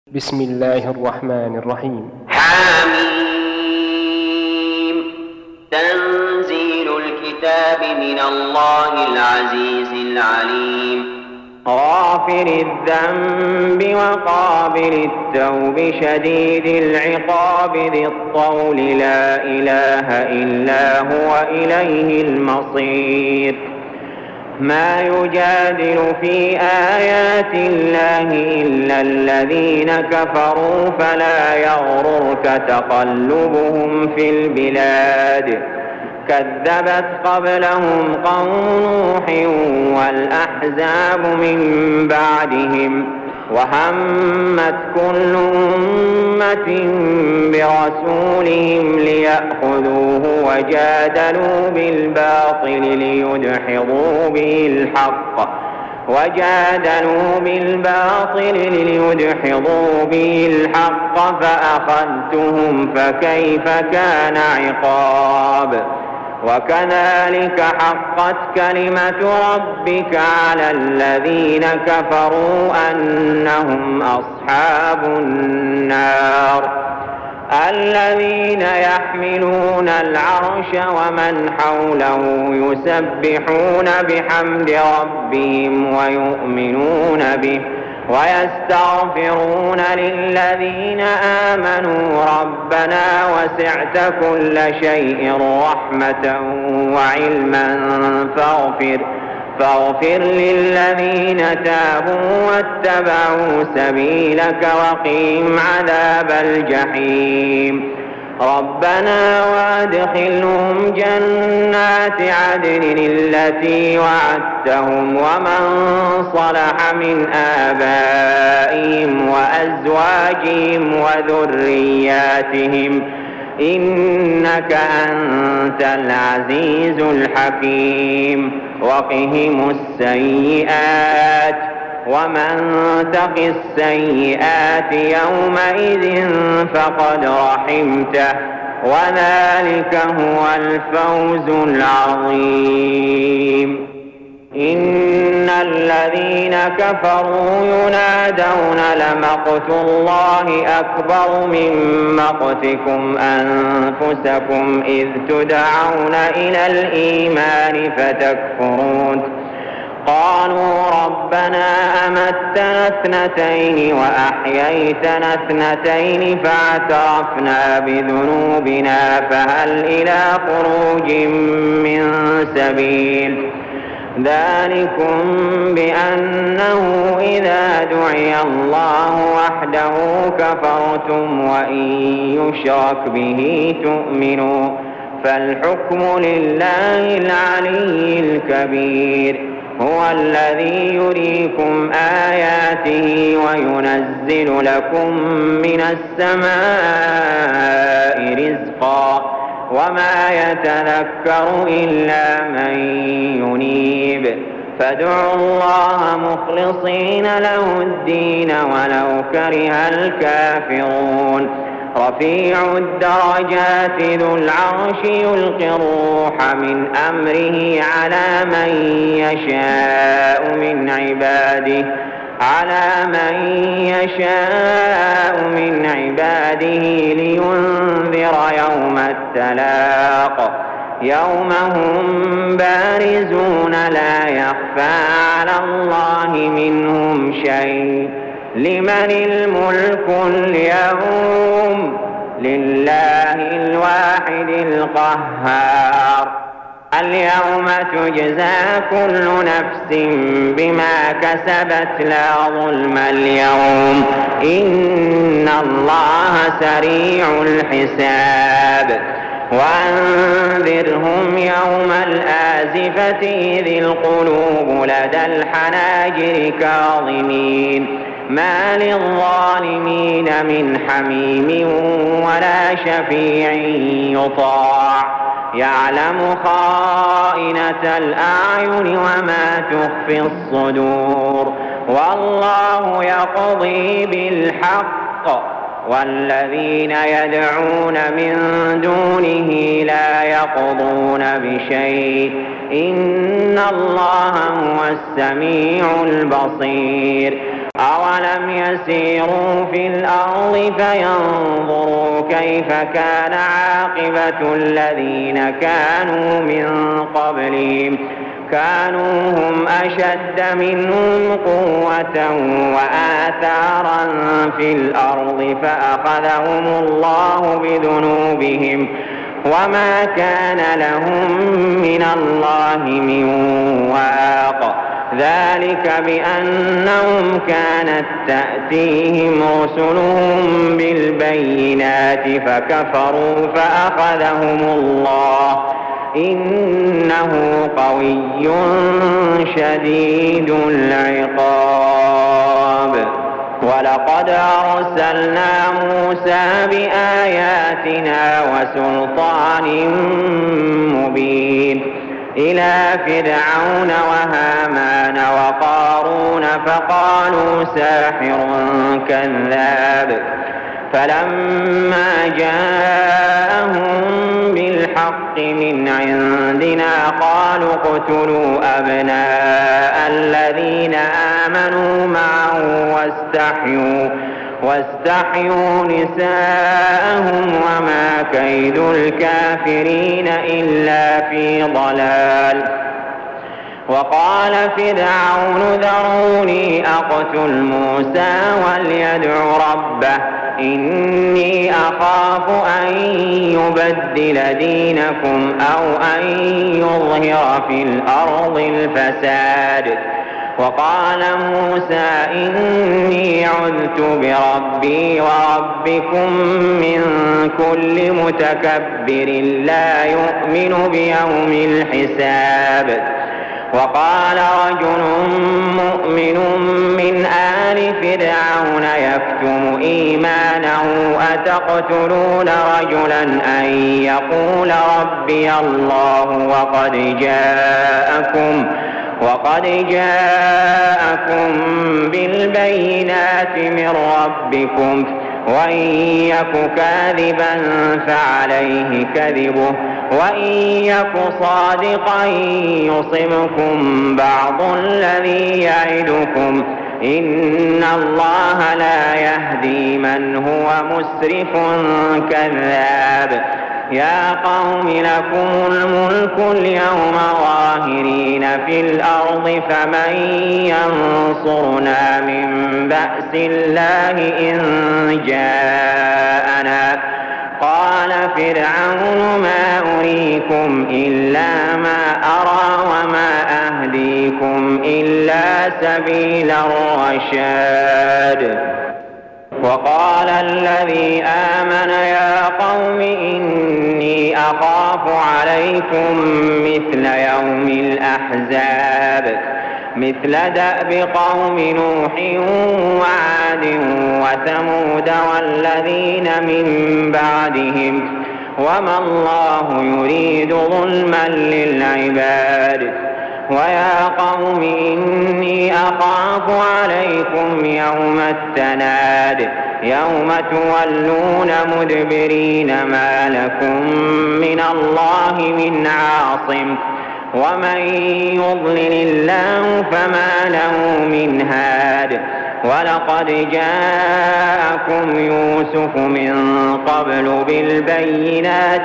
بسم الله الرحمن الرحيم. حميم. تنزيل الكتاب من الله العزيز العليم. غافر الذنب وقابل التوب شديد العقاب ذي الطول لا إله إلا هو إليه المصير. ما يجادل في آيات الله إلا الذين كفروا فلا يغررك تقلبهم في البلاد. كذبت قبلهم قوم نوح والأحزاب من بعدهم وهمت كل أمة برسولهم ليأخذوه وجادلوا بالباطل ليدحضوا به الحق فأخذتهم فكيف كان عقاب. وكذلك حقت كلمة ربك على الذين كفروا أنهم أصحاب النار. الذين يحملون العرش ومن حوله يسبحون بحمد ربهم ويؤمنون به ويستغفرون للذين آمنوا ربنا وسعت كل شيء رحمة وعلما فاغفر للذين تابوا واتبعوا سبيلك وقهم عذاب الجحيم. ربنا وادخلهم جنات عدن التي وعدتهم ومن صلح من آبائهم وأزواجهم وذرياتهم إنك أنت العزيز الحكيم. وقهم السيئات ومن تق السيئات يومئذ فقد رحمته وذلك هو الفوز العظيم. إن الذين كفروا ينادون لمقت الله أكبر من مقتكم أنفسكم إذ تدعون إلى الإيمان فتكفرون. قالوا ربنا أمتنا اثنتين وأحييتنا اثنتين فاعترفنا بذنوبنا فهل إلى خروج من سبيل. ذلكم بأنه إذا دعي الله وحده كفرتم وإن يشرك به تؤمنوا فالحكم لله العلي الكبير. هو الذي يريكم آياته وينزل لكم من السماء رزقا وما يتذكر إلا من ينيب. فادعوا الله مخلصين له الدين ولو كره الكافرون. رفيع الدرجات ذو العرش يلقي الروح من أمره على من يشاء من عباده لينذر يوم التلاق. يوم هم بارزون لا يخفى على الله منهم شيء. لمن الملك اليوم؟ لله الواحد القهار. اليوم تجزى كل نفس بما كسبت لا ظلم اليوم إن الله سريع الحساب. وأنذرهم يوم الآزفة إذ القلوب لدى الحناجر كاظمين ما للظالمين من حميم ولا شفيع يطاع. يعلم خائنة الأعين وما تخفي الصدور. والله يقضي بالحق والذين يدعون من دونه لا يقضون بشيء إن الله هو السميع البصير. أولم يسيروا في الأرض فينظروا كيف كان عاقبة الذين كانوا من قبلهم كانوا هم أشد منهم قوة وآثارا في الأرض فأخذهم الله بذنوبهم وما كان لهم من الله من واق ذلك بأنهم كانت تأتيهم رسلهم بالبينات فكفروا فأخذهم الله إنه قوي شديد العقاب ولقد أرسلنا موسى بآياتنا وسلطان مبين إلى فرعون وهامان وقارون فقالوا ساحر كذاب فلما جاءهم بالحق من عندنا قالوا اقتلوا أبناء الذين آمنوا معه واستحيوا نساءهم وما كيد الكافرين إلا في ضلال وقال فرعون ذروني أقتل موسى وليدع ربه إني أخاف أن يبدل دينكم أو أن يظهر في الأرض الفساد وقال موسى إني عذت بربي وربكم من كل متكبر لا يؤمن بيوم الحساب وقال رجل مؤمن من آل فرعون يكتم إيمانه أتقتلون رجلا أن يقول ربي الله وقد جاءكم بالبينات من ربكم وإن يك كاذبا فعليه كذبه وإن يك صادقا يصبكم بعض الذي يعدكم إن الله لا يهدي من هو مسرف كذاب يا قوم لكم الملك اليوم ظاهرين في الأرض فمن ينصرنا من بأس الله إن جاءنا قال فرعون ما أريكم إلا ما أرى وما أهديكم إلا سبيل الرشاد وقال الذي آمن يا قوم إني أخاف عليكم مثل يوم الأحزاب مثل دأب قوم نوح وعاد وثمود والذين من بعدهم وما الله يريد ظلما للعباد ويا قوم إني أخاف عليكم يوم التناد يوم تولون مدبرين ما لكم من الله من عاصم ومن يضلل الله فما له من هاد ولقد جاءكم يوسف من قبل بالبينات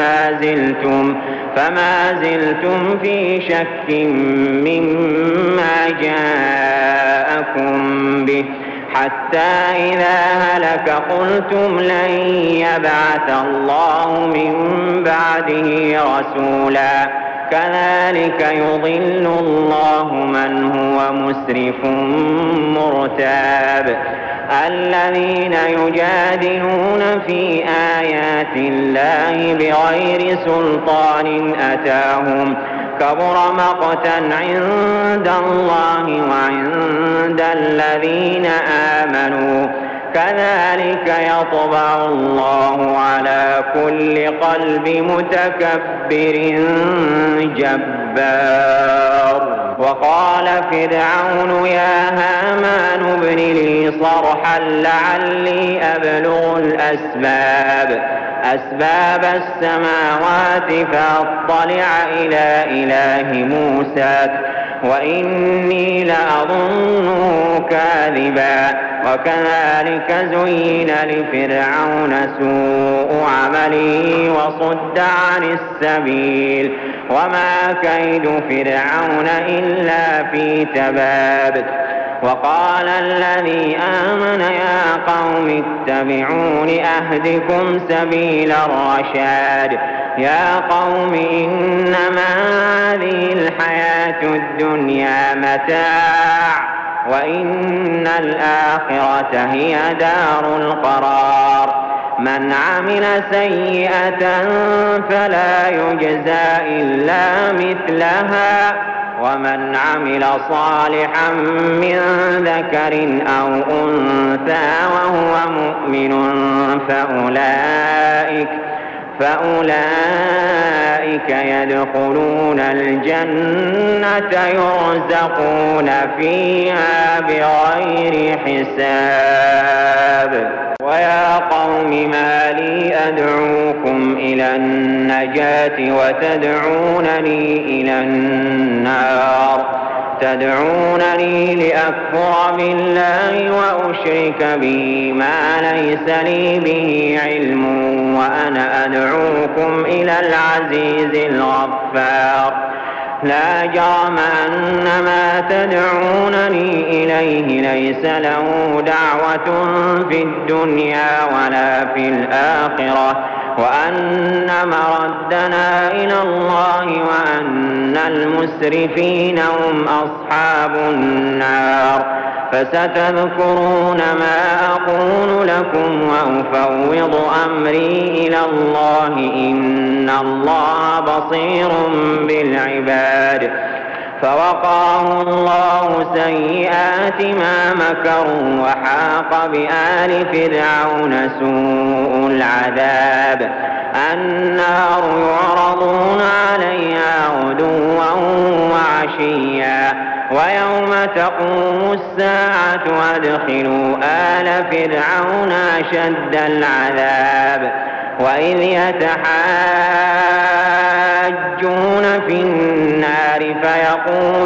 فما زلتم في شك مما جاءكم به حتى إذا هلك قلتم لن يبعث الله من بعده رسولا كذلك يضل الله من هو مسرف مرتاب الذين يجادلون في آيات الله بغير سلطان أتاهم كبر مقتا عند الله وعند الذين آمنوا كذلك يطبع الله على كل قلب متكبر جبار وقال فرعون يا هامان ابن لي صرحا لعلي أبلغ أسباب السماوات فأطلع إلى إله موسى وإني لأظنه كاذبا. وكذلك زين لفرعون سوء عمله وصد عن السبيل وما كيد فرعون إلا في تباب. وقال الذي آمن يا قوم اتبعون أهدكم سبيل الرشاد. يا قوم إنما هذه الحياة الدنيا متاع وإن الآخرة هي دار القرار. من عمل سيئة فلا يجزى إلا مثلها ومن عمل صالحا من ذكر أو أنثى وهو مؤمن فأولئك يدخلون الجنة يرزقون فيها بغير حساب. ويا قوم ما لي أدعوكم إلى النجاة وتدعونني إلى النار. تدعونني لأكفر بالله وأشرك به ما ليس لي به علم وأنا أدعوكم إلى العزيز الغفار. لا جرم أن ما تدعونني إليه ليس له دعوة في الدنيا ولا في الآخرة وأن مردنا إلى الله وأن المسرفين هم أصحاب النار. فستذكرون ما أقول لكم وأفوض أمري إلى الله إن الله بصير بالعباد. فوقاه الله سيئات ما مكروا وحاق بآل فرعون سوء العذاب. النار يعرضون عليها غدوا وعشيا ويوم تقوم الساعة أدخلوا آل فرعون أشد العذاب. وإذ يتحاجون في النار فيقول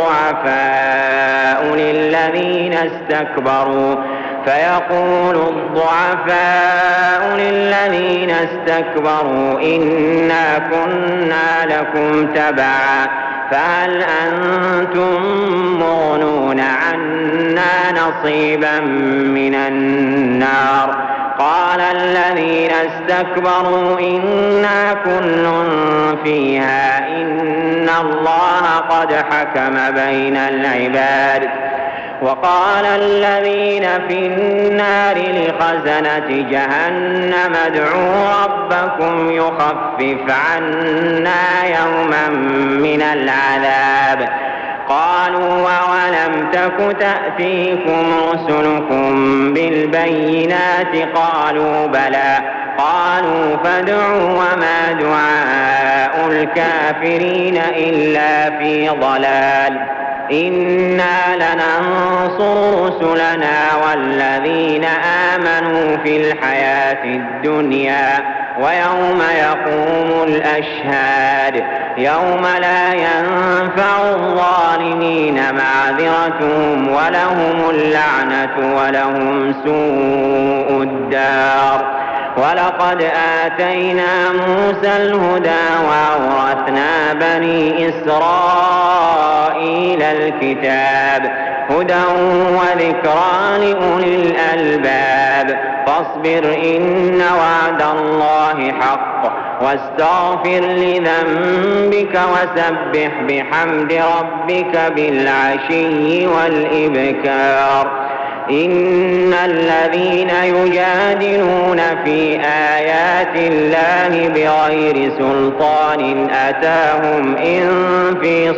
الضعفاء للذين استكبروا إنا كنا لكم تبعا فهل أنتم مغنون عنا نصيبا من النار. قال الذين استكبروا إنا كل فيها إن الله قد حكم بين العباد. وقال الذين في النار لخزنة جهنم ادعوا ربكم يخفف عنا يوما من العذاب. قالوا أولم تك تأتيكم رسلكم بالبينات قالوا بلى. قالوا فادعوا وما دعاء الكافرين إلا في ضلال. إنا لننصر رسلنا والذين آمنوا في الحياة الدنيا ويوم يقوم الأشهاد. يوم لا ينفع الظالمين معذرتهم ولهم اللعنة ولهم سوء الدار. ولقد آتينا موسى الهدى وأورثنا بني إسرائيل الكتاب هدى وذكرى لأولي الألباب. فاصبر إن وعد الله حق واستغفر لذنبك وسبح بحمد ربك بالعشي والإبكار. إن الذين يجادلون في آيات الله بغير سلطان أتاهم إن في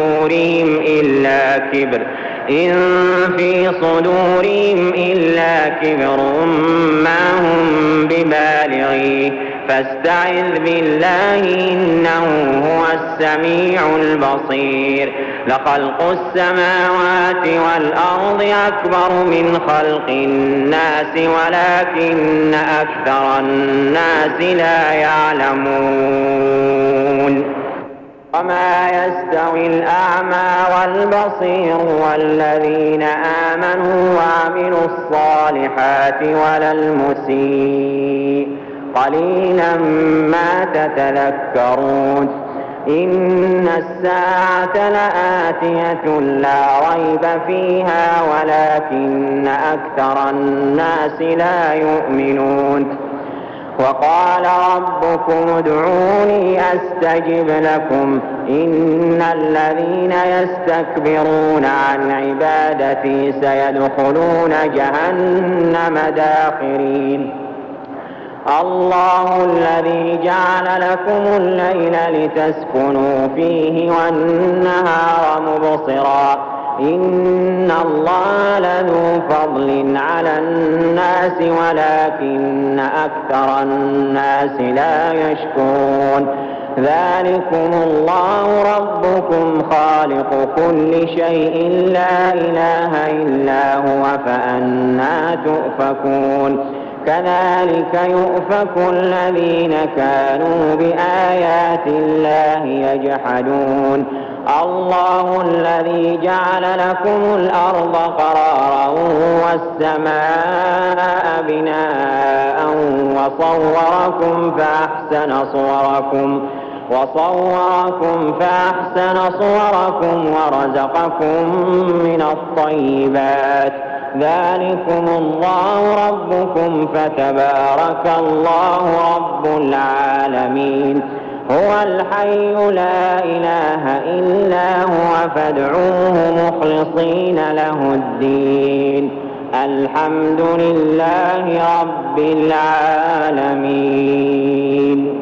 صدورهم إلا كبر ما هم ببالغيه فاستعذ بالله إنه هو السميع البصير. لخلق السماوات والأرض أكبر من خلق الناس ولكن أكثر الناس لا يعلمون. وما يستوي الأعمى والبصير والذين آمنوا وعملوا الصالحات ولا المسيء قليلا ما تتذكرون إن الساعة لآتية لا ريب فيها ولكن أكثر الناس لا يؤمنون وقال ربكم ادعوني أستجب لكم إن الذين يستكبرون عن عبادتي سيدخلون جهنم داخرين الله الذي جعل لكم الليل لتسكنوا فيه والنهار مبصرا إن الله لذو فضل على الناس ولكن أكثر الناس لا يشكرون ذلكم الله ربكم خالق كل شيء لا إله إلا هو فأنى تؤفكون كذلك يؤفك الذين كانوا بآيات الله يجحدون الله الذي جعل لكم الأرض قرارا والسماء بناء وصوركم فأحسن صوركم ورزقكم من الطيبات ذلكم الله ربكم فتبارك الله رب العالمين هو الحي لا إله إلا هو فادعوه مخلصين له الدين الحمد لله رب العالمين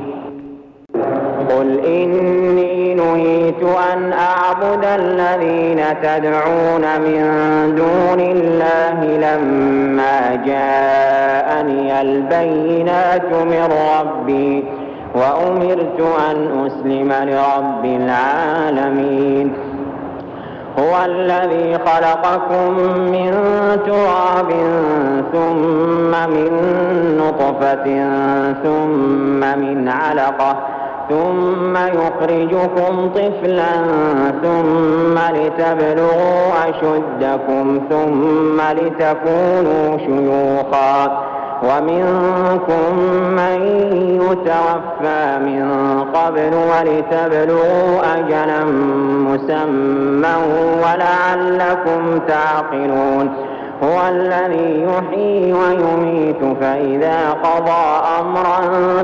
قل إني نهيت أن أعبد الذين تدعون من دون الله لما جاءني البينات من ربي وأمرت أن أسلم لرب العالمين هو الذي خلقكم من تراب ثم من نطفة ثم من علقة ثم يخرجكم طفلا ثم لتبلغوا أشدكم ثم لتكونوا شيوخا ومنكم من يتوفى من قبل ولتبلغوا أجلا مسمى ولعلكم تعقلون هو الذي يحيي ويميت فإذا قضى أمرا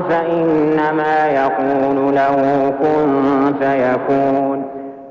فإنما يقول له كن فيكون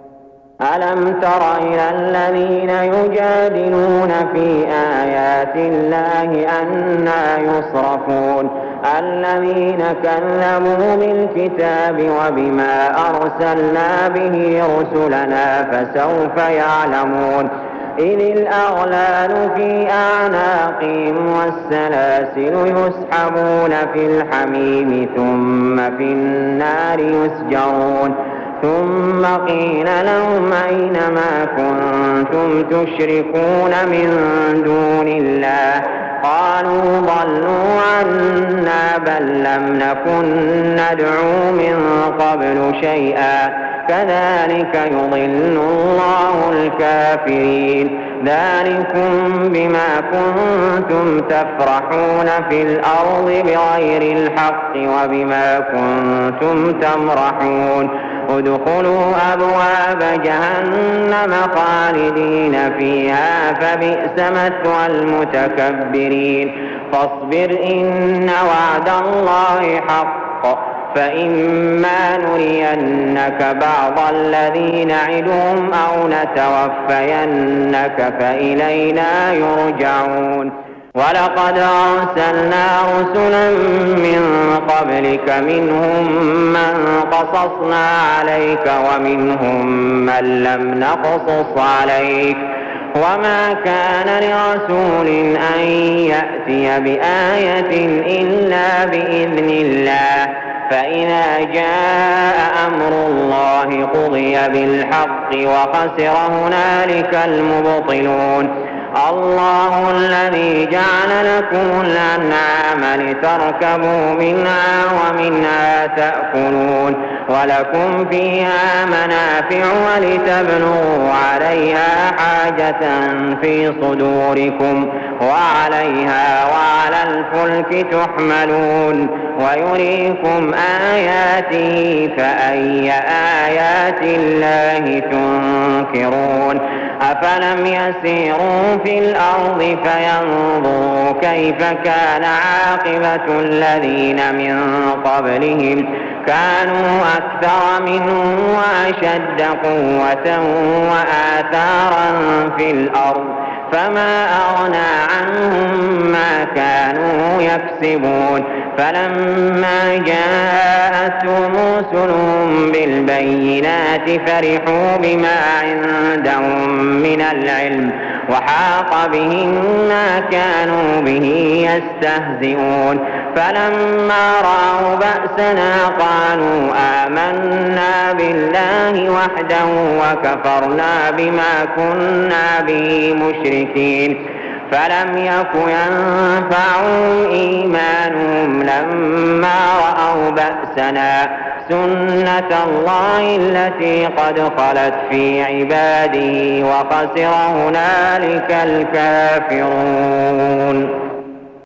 ألم تر إلى الذين يجادلون في آيات الله أنى يصرفون الذين كذبوا بالكتاب وبما أرسلنا به رسلنا فسوف يعلمون إذ الأغلال في أعناقهم والسلاسل يسحبون في الحميم ثم في النار يسجرون ثم قيل لهم أين ما كنتم تشركون من دون الله قالوا ضلوا عنا بل لم نكن ندعو من قبل شيئا كذلك يضل الله الكافرين ذلكم بما كنتم تفرحون في الأرض بغير الحق وبما كنتم تمرحون ادخلوا أبواب جهنم خالدين فيها فبئس مثوى المتكبرين فاصبر إن وعد الله حق فإما نرينك بعض الذي نعدهم أو نتوفينك فإلينا يرجعون ولقد أرسلنا رسلا من قبلك منهم من قصصنا عليك ومنهم من لم نقصص عليك وما كان لرسول أن يأتي بآية إلا بإذن الله فإذا جاء أمر الله قضي بالحق وخسر هنالك المبطلون الله الذي جعل لكم الأنعام لتركبوا منها ومنها تأكلون ولكم فيها منافع ولتبلغوا عليها حاجة في صدوركم وعليها وعلى الفلك تحملون ويريكم آياته فأي آيات الله تنكرون أفلم يسيروا في الأرض فينظروا كيف كان عاقبة الذين من قبلهم كانوا أكثر منهم وأشد قوة وآثارا في الأرض فما أغنى عنهم ما كانوا يكسبون فلما جاءتهم رسلهم بالبينات فرحوا بما عندهم من العلم وحاق بهم ما كانوا به يستهزئون فلما رأوا بأسنا قالوا آمنا بالله وحده وكفرنا بما كنا به مشركين فلم يك ينفعهم إيمانهم لما رأوا بأسنا سنة الله التي قد خلت في عباده وخسر هنالك الكافرون.